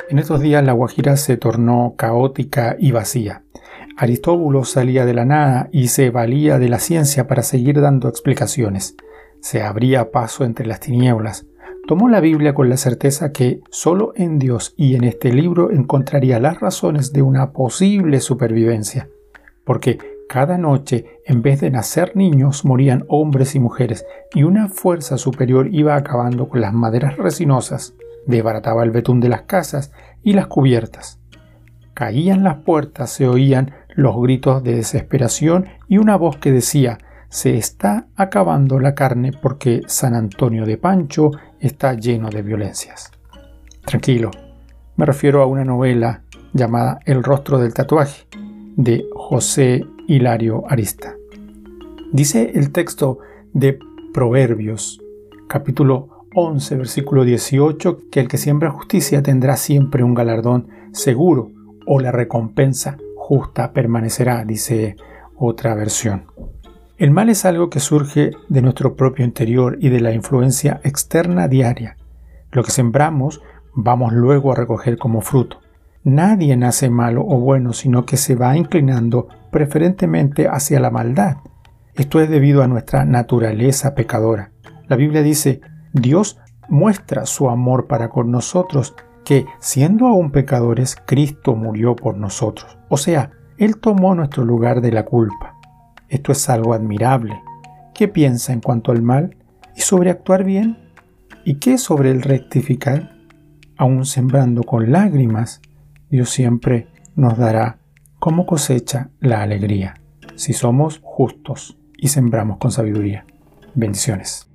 En estos días la Guajira se tornó caótica y vacía. Aristóbulo salía de la nada y se valía de la ciencia para seguir dando explicaciones. Se abría paso entre las tinieblas. Tomó la Biblia con la certeza que solo en Dios y en este libro encontraría las razones de una posible supervivencia. Porque cada noche, en vez de nacer niños, morían hombres y mujeres, y una fuerza superior iba acabando con las maderas resinosas, desbarataba el betún de las casas y las cubiertas. Caían las puertas, se oían los gritos de desesperación y una voz que decía: «Se está acabando la carne porque San Antonio de Pancho está lleno de violencias». Tranquilo, me refiero a una novela llamada El rostro del tatuaje, de José Hilario Arista. Dice el texto de Proverbios, capítulo 11, versículo 18, que el que siembra justicia tendrá siempre un galardón seguro, o la recompensa justa permanecerá, dice otra versión. El mal es algo que surge de nuestro propio interior y de la influencia externa diaria. Lo que sembramos, vamos luego a recoger como fruto. Nadie nace malo o bueno, sino que se va inclinando preferentemente hacia la maldad. Esto es debido a nuestra naturaleza pecadora. La Biblia dice: Dios muestra su amor para con nosotros, que, siendo aún pecadores, Cristo murió por nosotros. O sea, Él tomó nuestro lugar de la culpa. Esto es algo admirable. ¿Qué piensa en cuanto al mal? ¿Y sobre actuar bien? ¿Y qué sobre el rectificar? Aún sembrando con lágrimas, Dios siempre nos dará como cosecha la alegría, si somos justos y sembramos con sabiduría. Bendiciones.